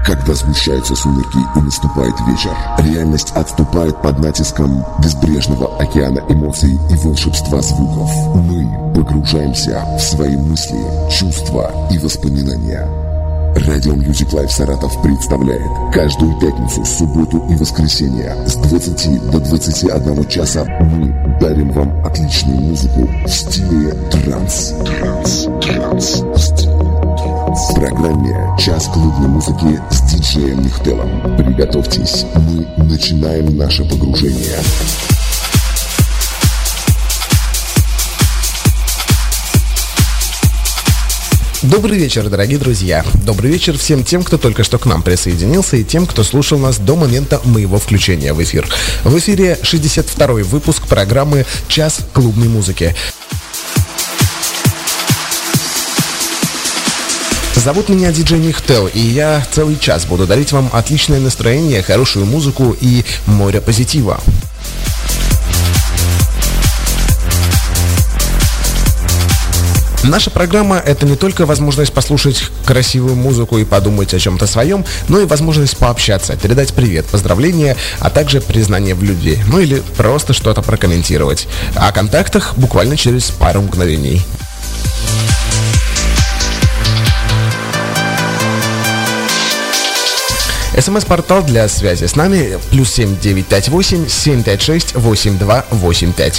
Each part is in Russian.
Когда сгущаются сумерки и наступает вечер, реальность отступает под натиском безбрежного океана эмоций и волшебства звуков. Мы погружаемся в свои мысли, чувства и воспоминания. Радио Music Live Саратов представляет каждую пятницу, субботу и воскресенье с 20 до 21 часа мы дарим вам отличную музыку в стиле транс. В программе «Час клубной музыки» с диджеем Нихтелом. Приготовьтесь, мы начинаем наше погружение. Добрый вечер, дорогие друзья. Добрый вечер всем тем, кто только что к нам присоединился, и тем, кто слушал нас до момента моего включения в эфир. В эфире 62-й выпуск программы «Час клубной музыки». Зовут меня диджей Нихтел, и я целый час буду дарить вам отличное настроение, хорошую музыку и море позитива. Наша программа — это не только возможность послушать красивую музыку и подумать о чем-то своем, но и возможность пообщаться, передать привет, поздравления, а также признание в любви, ну или просто что-то прокомментировать. О контактах буквально через пару мгновений. СМС-портал для связи с нами +7 958 756 8285.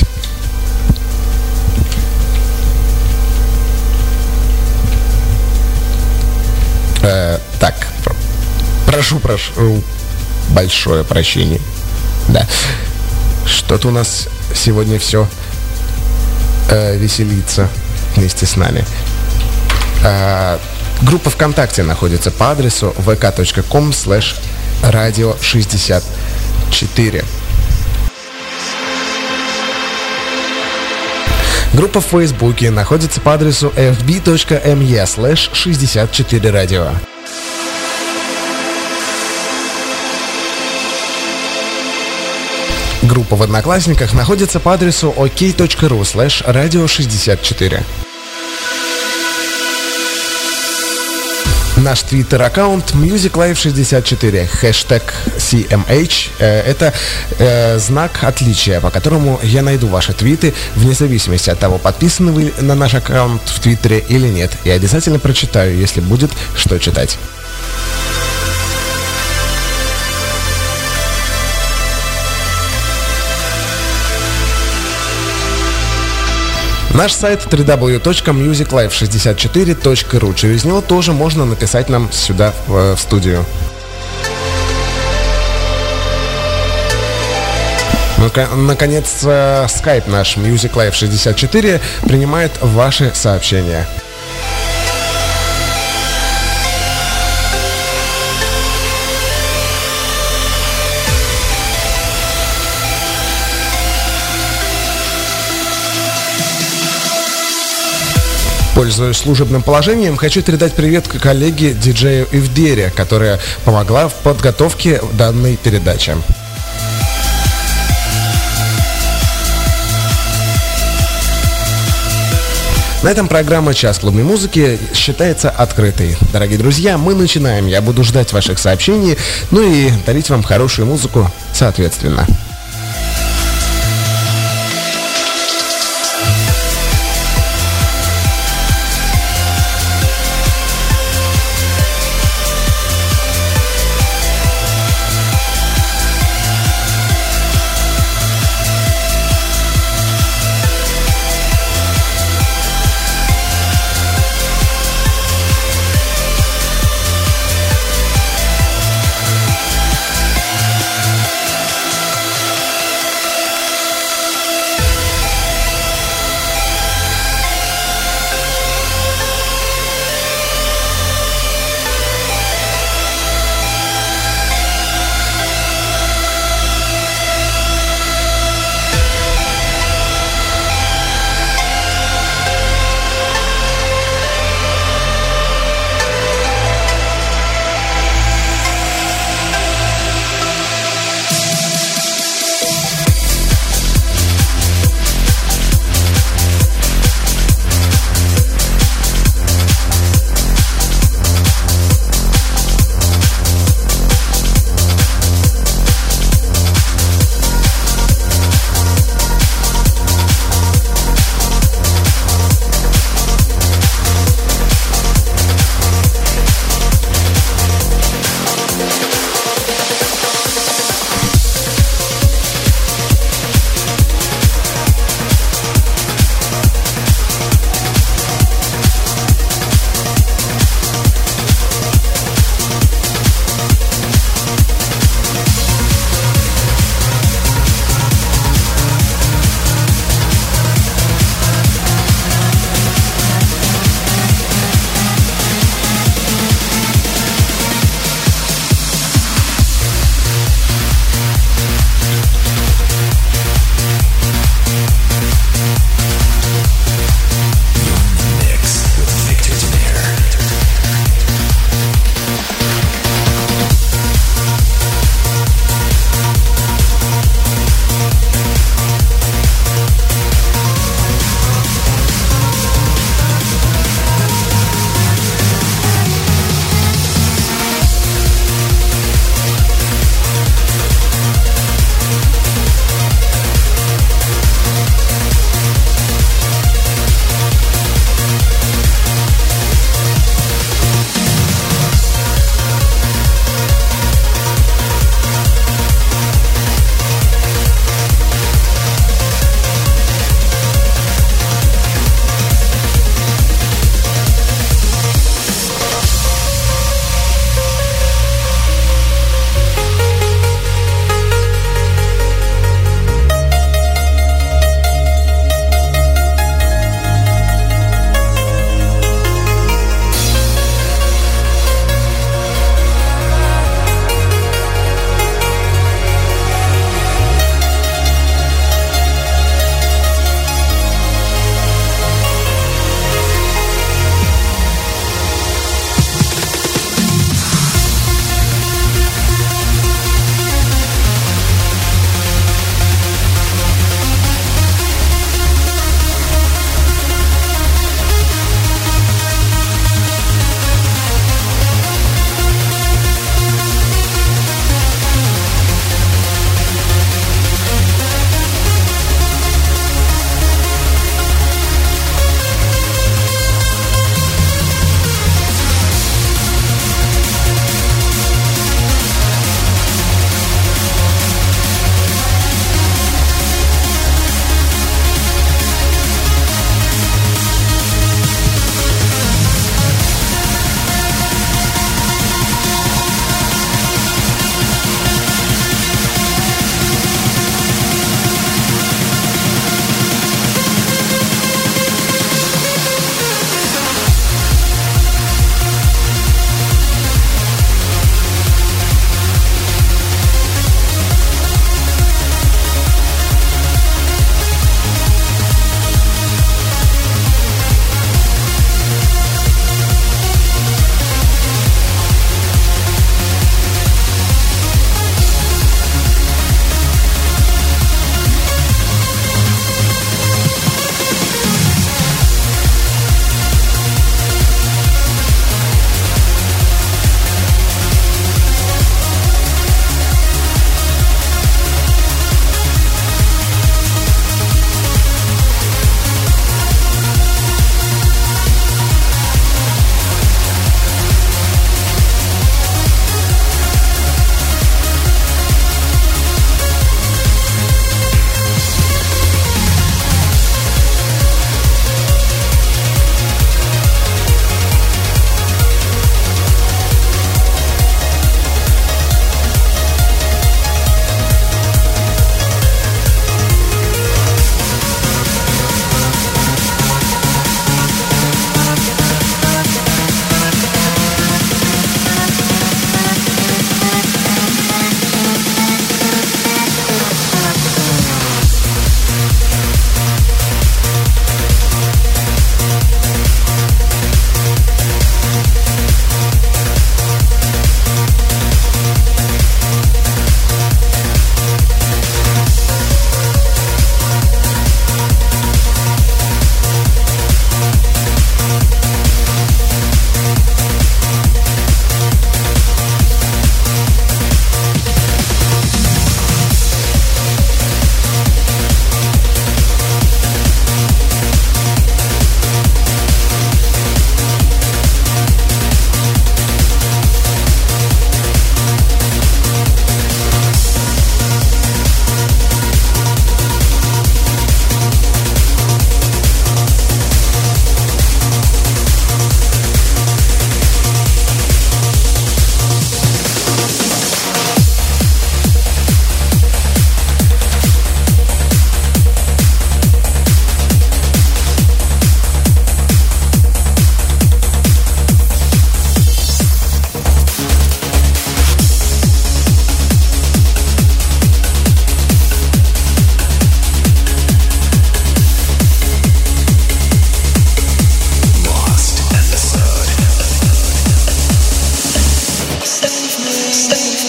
Так, прошу большое прощение. Да, что-то у нас сегодня все веселится вместе с нами. Группа ВКонтакте находится по адресу vk.com/radio64. Группа в Фейсбуке находится по адресу fb.me/64radio. Группа в Одноклассниках находится по адресу ok.ru/radio64. Наш твиттер-аккаунт Music Live 64, хэштег CMH, это знак отличия, по которому я найду ваши твиты, вне зависимости от того, подписаны вы на наш аккаунт в Твиттере или нет. И обязательно прочитаю, если будет что читать. Наш сайт www.musiclife64.ru. Через него тоже можно написать нам сюда в студию. Наконец, скайп наш Music Life 64 принимает ваши сообщения. Пользуясь служебным положением, хочу передать привет коллеге диджею Ивдере, которая помогла в подготовке данной передачи. На этом программа «Час клубной музыки» считается открытой. Дорогие друзья, мы начинаем. Я буду ждать ваших сообщений, ну и дарить вам хорошую музыку соответственно.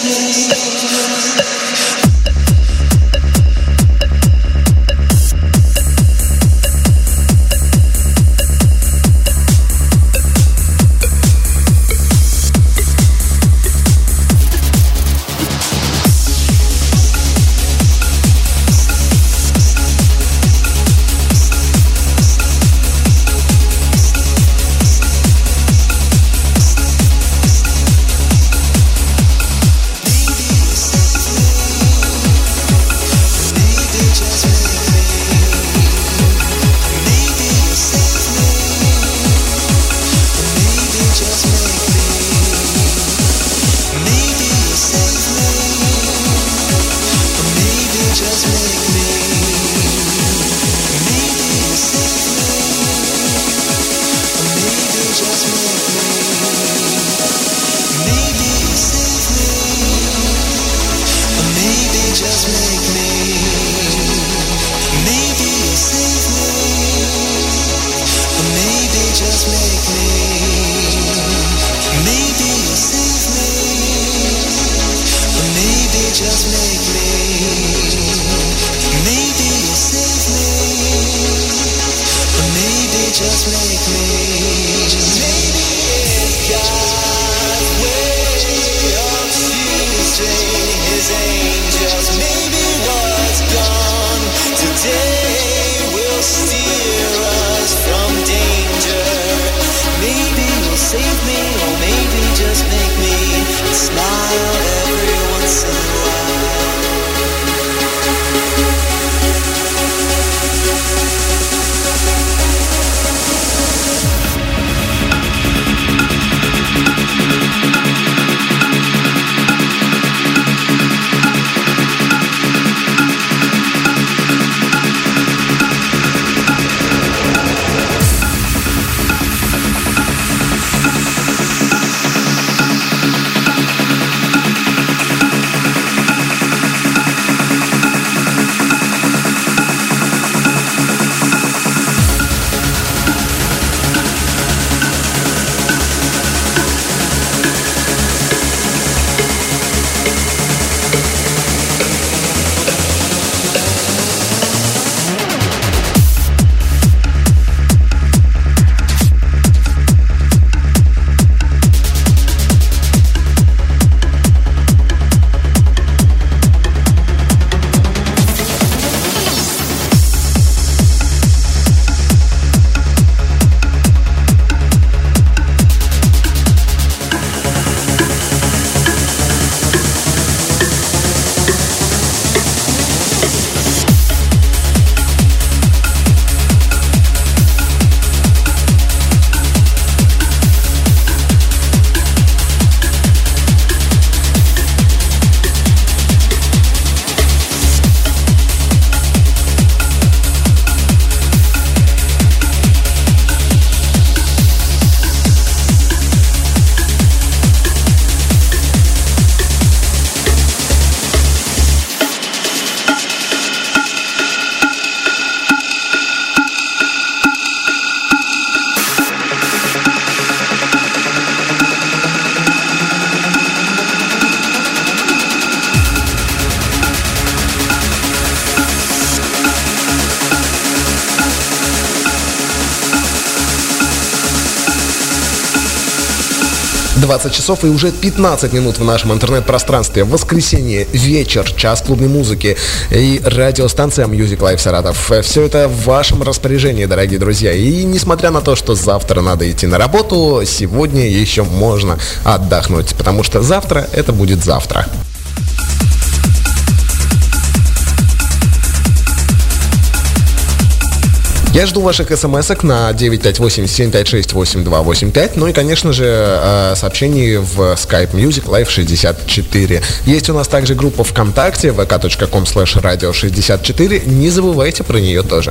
20 часов и уже 15 минут в нашем интернет-пространстве. Воскресенье, вечер, час клубной музыки и радиостанция Music Life Саратов. Все это в вашем распоряжении, дорогие друзья. И несмотря на то, что завтра надо идти на работу, сегодня еще можно отдохнуть, потому что завтра это будет завтра. Я жду ваших смс-ок на 958-756-8285, ну и, конечно же, сообщений в Skype Music Live 64. Есть у нас также группа ВКонтакте vk.com/radio64. Не забывайте про нее тоже.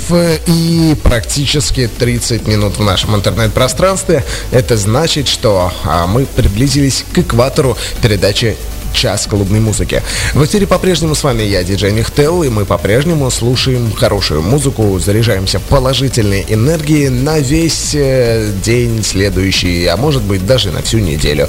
и практически 30 минут в нашем интернет-пространстве. Это значит, что мы приблизились к экватору передачи «Час клубной музыки». В эфире по-прежнему с вами я, диджей Михтел, и мы по-прежнему слушаем хорошую музыку, заряжаемся положительной энергией на весь день следующий, а может быть даже на всю неделю.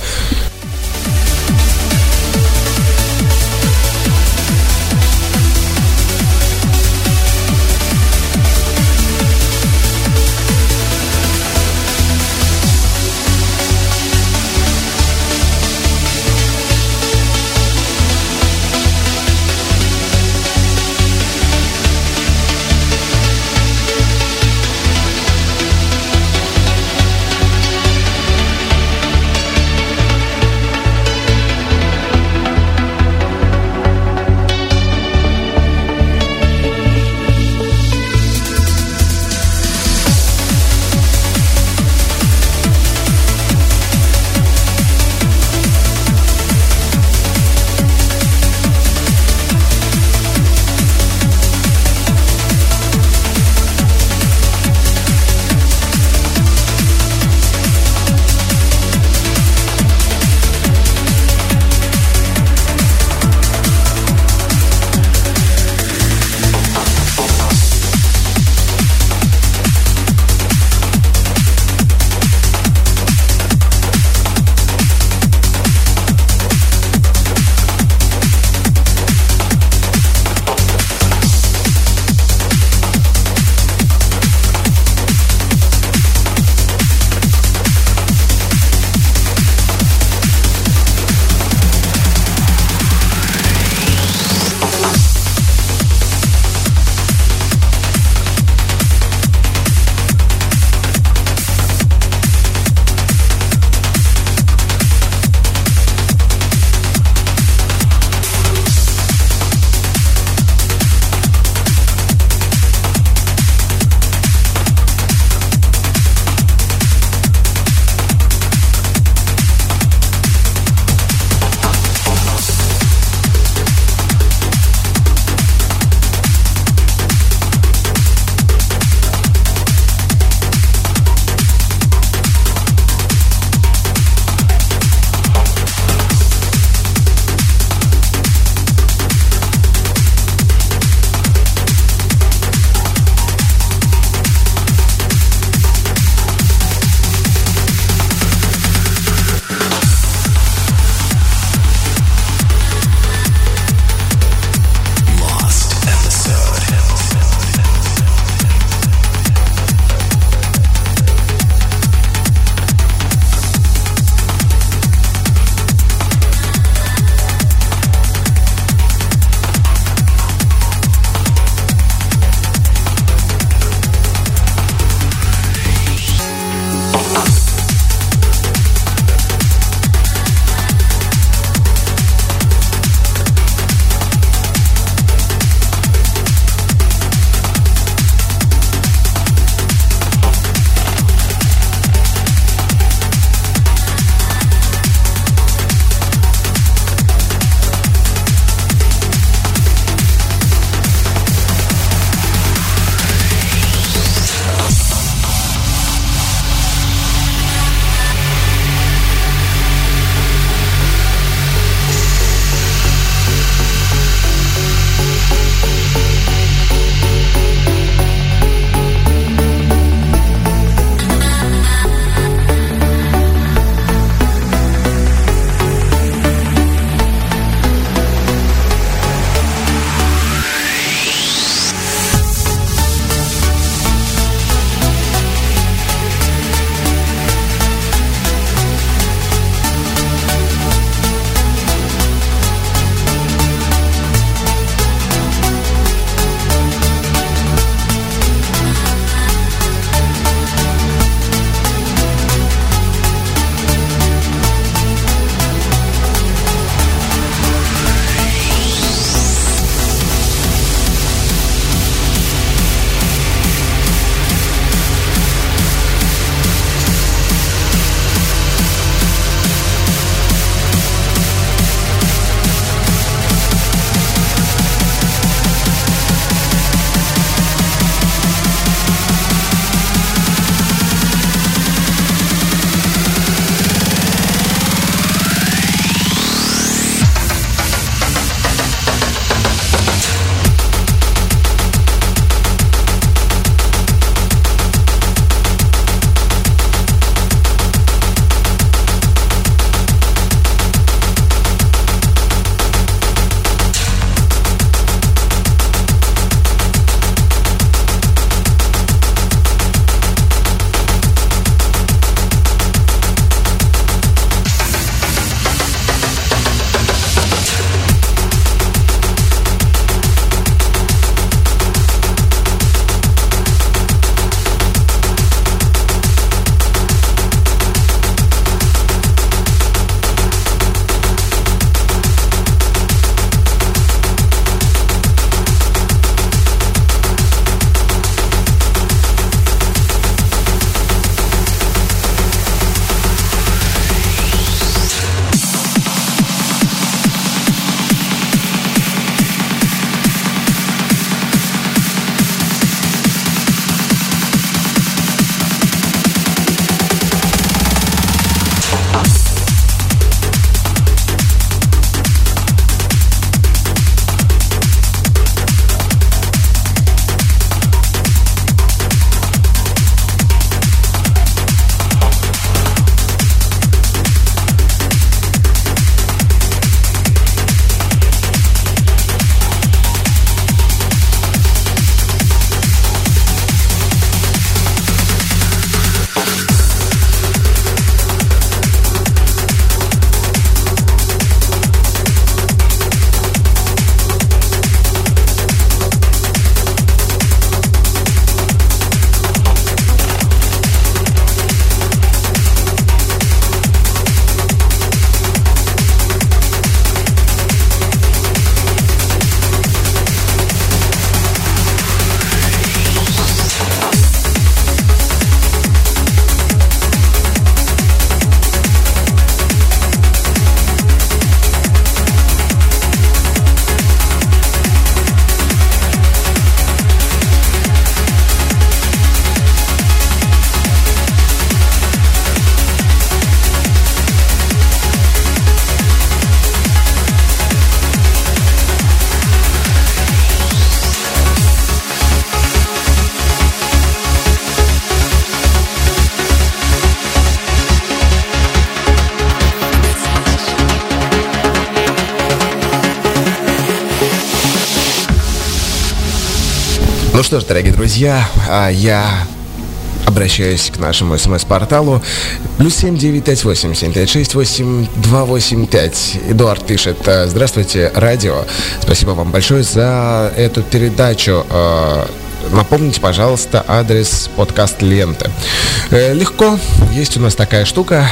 Ну что ж, дорогие друзья, я обращаюсь к нашему смс-порталу +7 958 756 8285. Эдуард пишет: здравствуйте, радио. Спасибо вам большое за эту передачу. Напомните, пожалуйста, адрес подкаст-ленты. Легко. Есть у нас такая штука: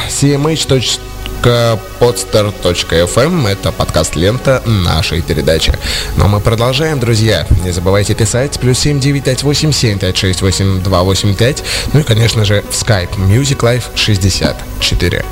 cmh.podster.fm. Это подкаст-лента нашей передачи. Но мы продолжаем, друзья. Не забывайте писать +7 958 756 8285. Ну и, конечно же, в Skype Music Life 64.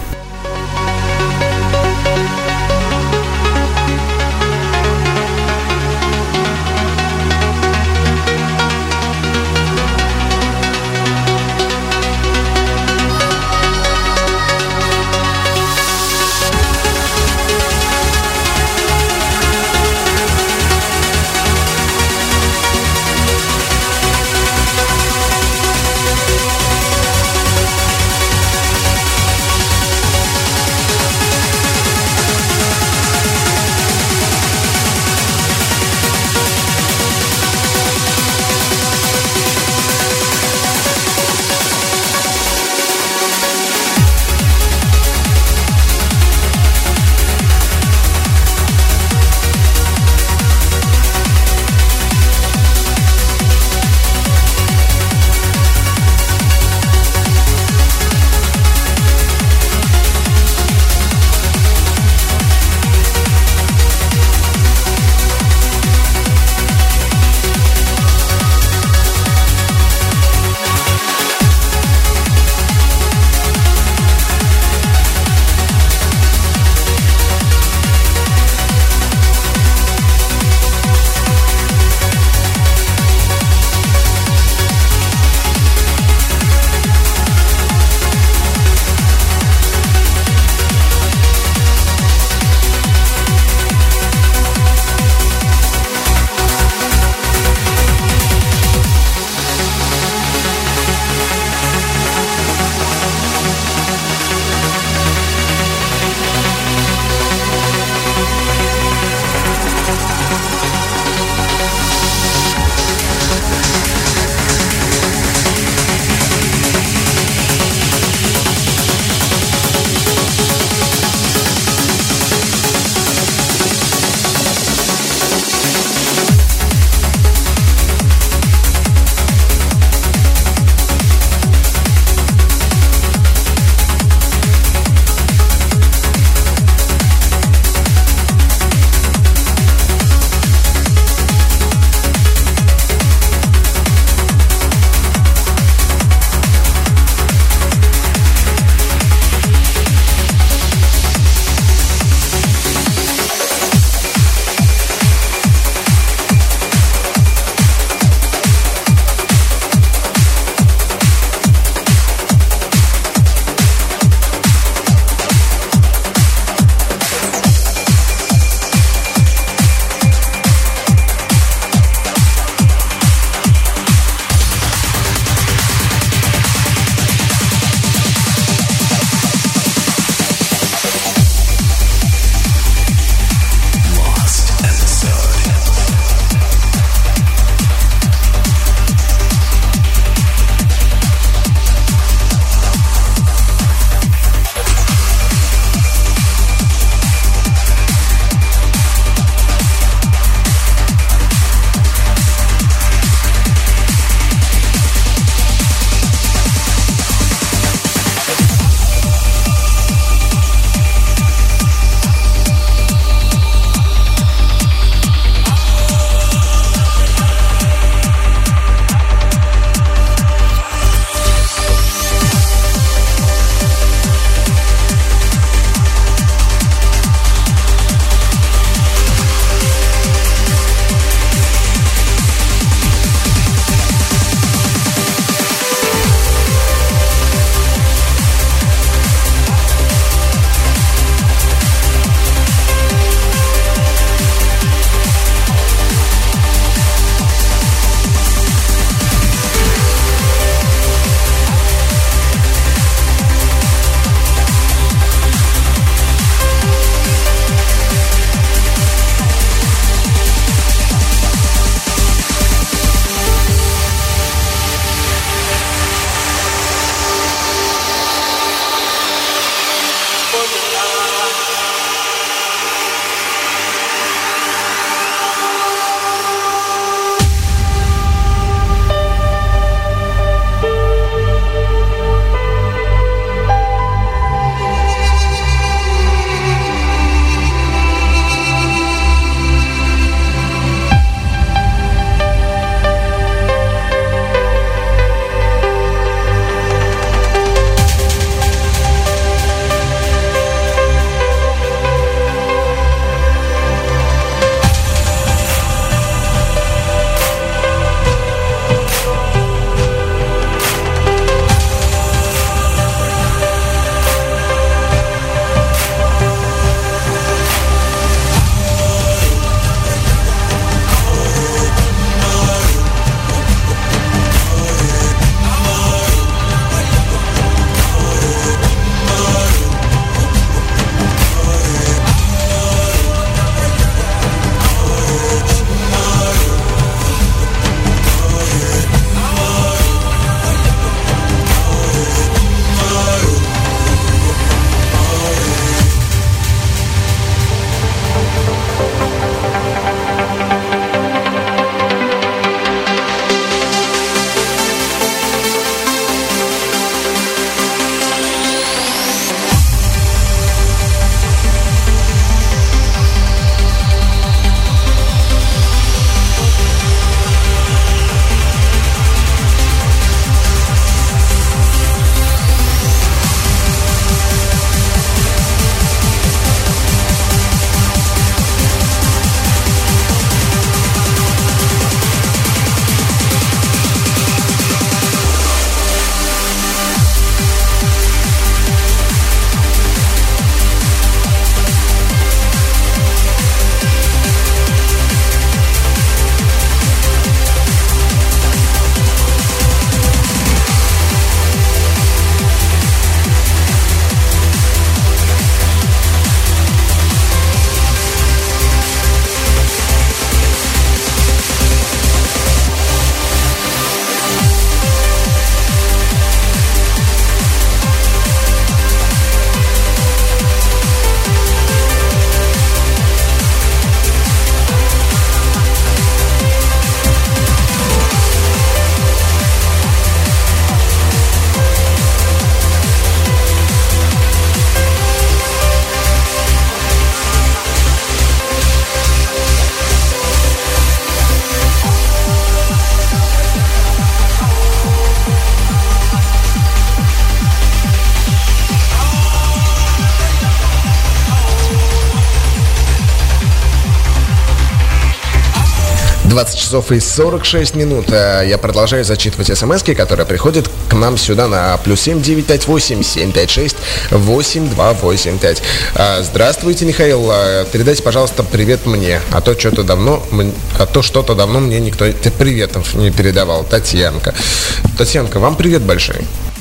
20 часов и 46 минут. Я продолжаю зачитывать смски, которые приходят к нам сюда на +7 958 756 8285. Здравствуйте, Михаил. Передайте, пожалуйста, привет мне. А то что-то давно мне никто приветов не передавал. Татьянка. Татьянка, вам привет большой.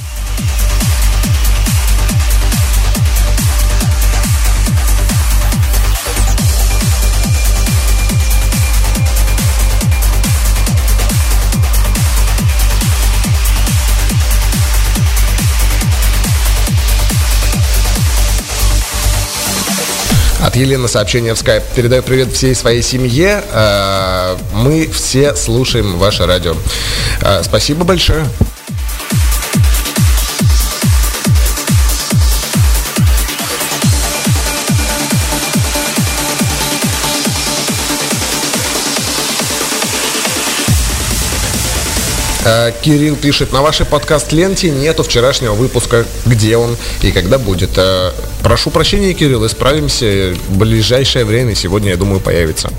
От Елены сообщение в скайп. Передаю привет всей своей семье. Мы все слушаем ваше радио. Спасибо большое. Кирилл пишет: на вашей подкаст-ленте нету вчерашнего выпуска. Где он и когда будет? Прошу прощения, Кирилл, исправимся. В ближайшее время, сегодня, я думаю, появится.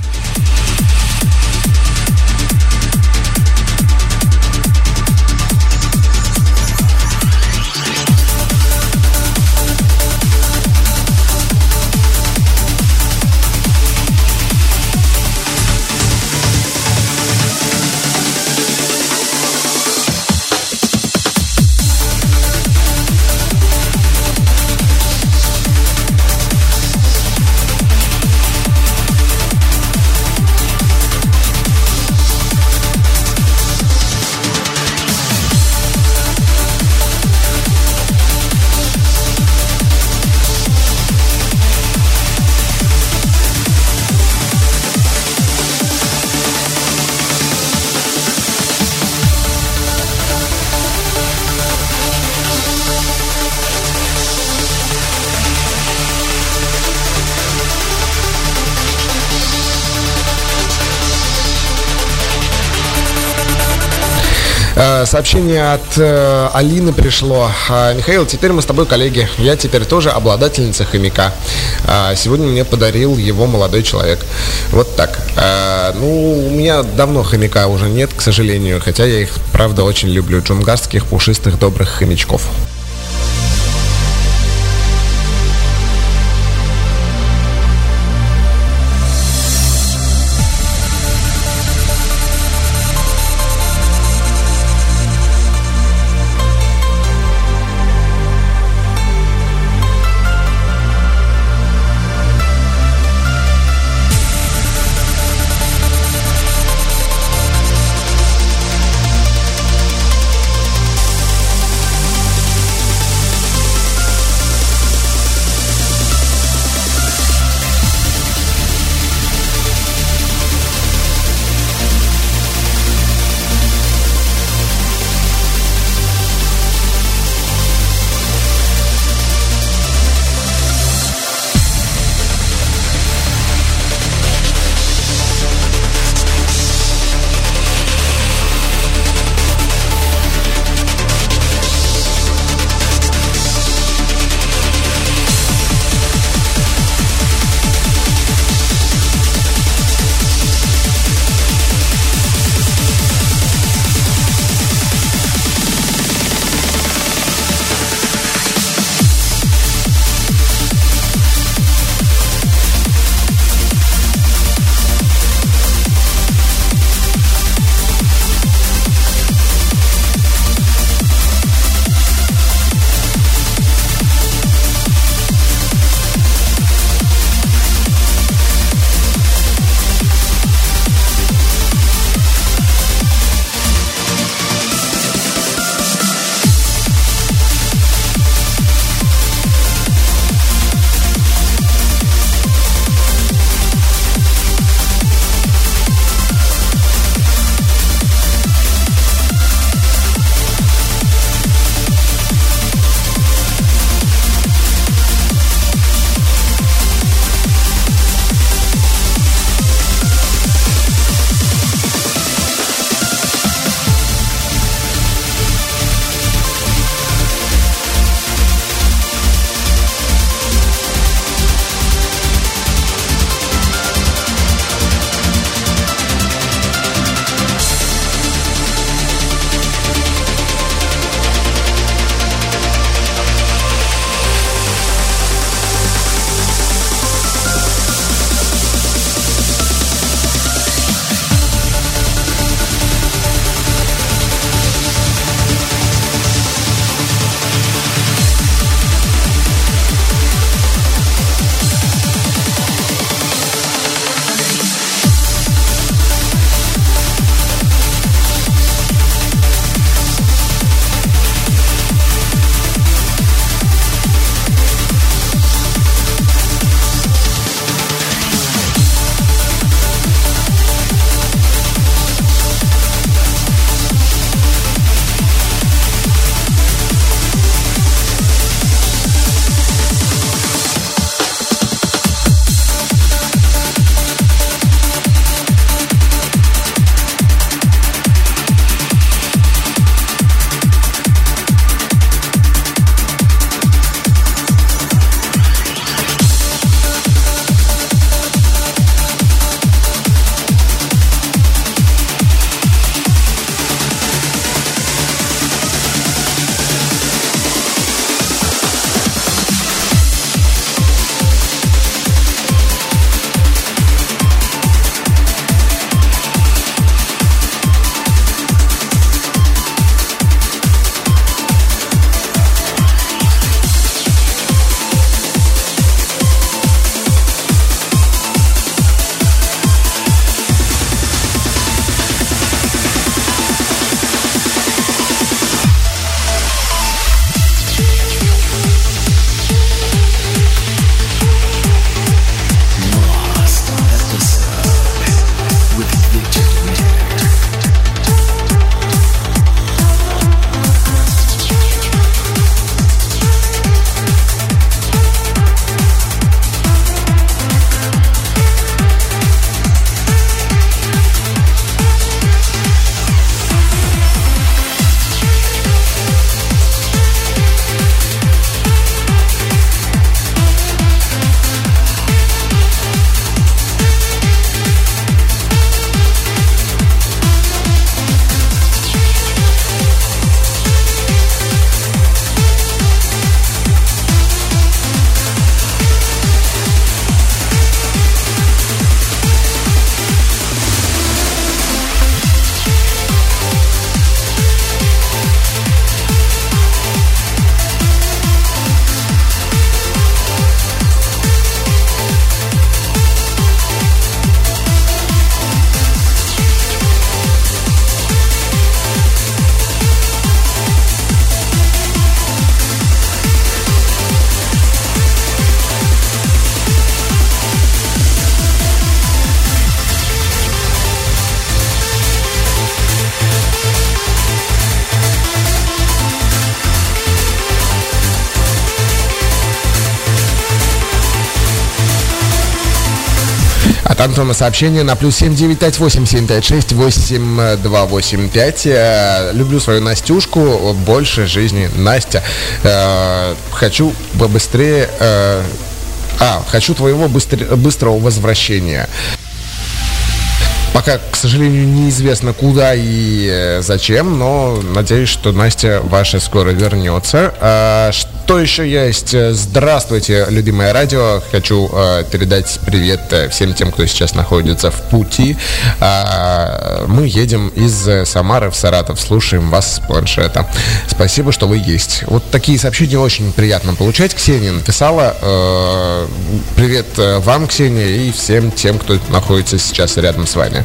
Сообщение от Алины пришло. Михаил, теперь мы с тобой коллеги. Я теперь тоже обладательница хомяка. Сегодня мне подарил его молодой человек. Вот так. У меня давно хомяка уже нет, к сожалению. Хотя я их, правда, очень люблю. Джунгарских, пушистых, добрых хомячков. Антона сообщение на +7 958 756 8285. Люблю свою Настюшку больше жизни. Настя, хочу побыстрее... хочу твоего быстрого возвращения. Пока, к сожалению, неизвестно куда и зачем, но надеюсь, что Настя ваша скоро вернется. Что еще есть? Здравствуйте, любимое радио. Хочу передать привет всем тем, кто сейчас находится в пути. Мы едем из Самары в Саратов, слушаем вас с планшета. Спасибо, что вы есть. Вот такие сообщения очень приятно получать. Ксения написала. Привет вам, Ксения, и всем тем, кто находится сейчас рядом с вами.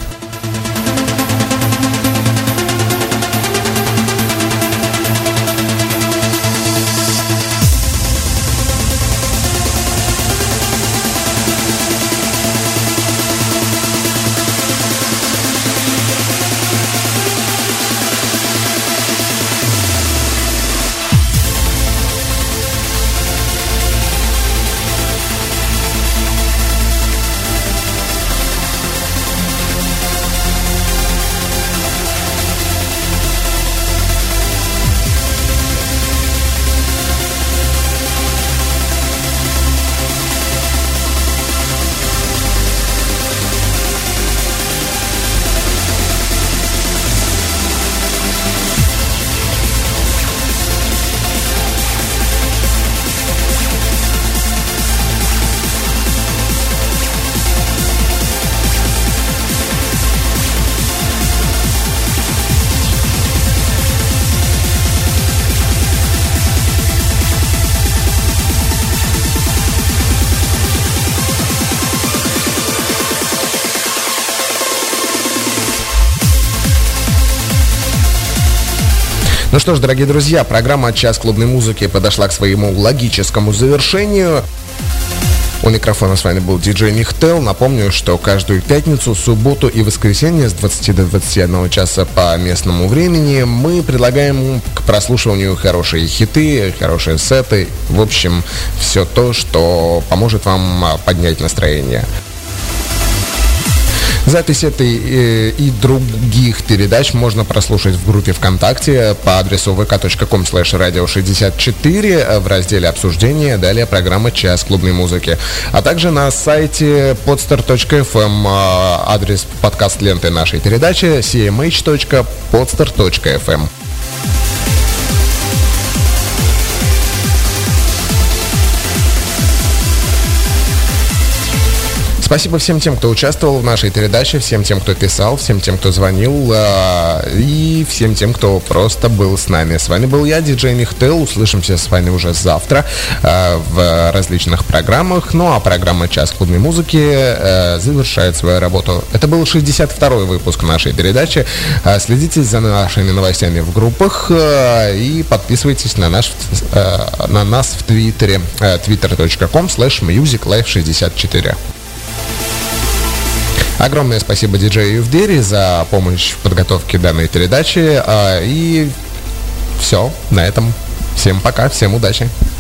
Ну что ж, дорогие друзья, программа «Час клубной музыки» подошла к своему логическому завершению. У микрофона с вами был диджей Нихтел. Напомню, что каждую пятницу, субботу и воскресенье с 20 до 21 часа по местному времени мы предлагаем к прослушиванию хорошие хиты, хорошие сеты. В общем, все то, что поможет вам поднять настроение. Запись этой и других передач можно прослушать в группе ВКонтакте по адресу vk.com/radio64 в разделе обсуждения. Далее программа «Час клубной музыки». А также на сайте podstar.fm адрес подкаст-ленты нашей передачи cmh.podstar.fm. Спасибо всем тем, кто участвовал в нашей передаче, всем тем, кто писал, всем тем, кто звонил и всем тем, кто просто был с нами. С вами был я, диджей Нихтел. Услышимся с вами уже завтра в различных программах. Ну а программа «Час клубной музыки» завершает свою работу. Это был 62-й выпуск нашей передачи. Следите за нашими новостями в группах и подписывайтесь на нас в Твиттере twitter.com/musiclife64. Огромное спасибо диджею Евдери за помощь в подготовке данной передачи. И все, на этом. Всем пока, всем удачи.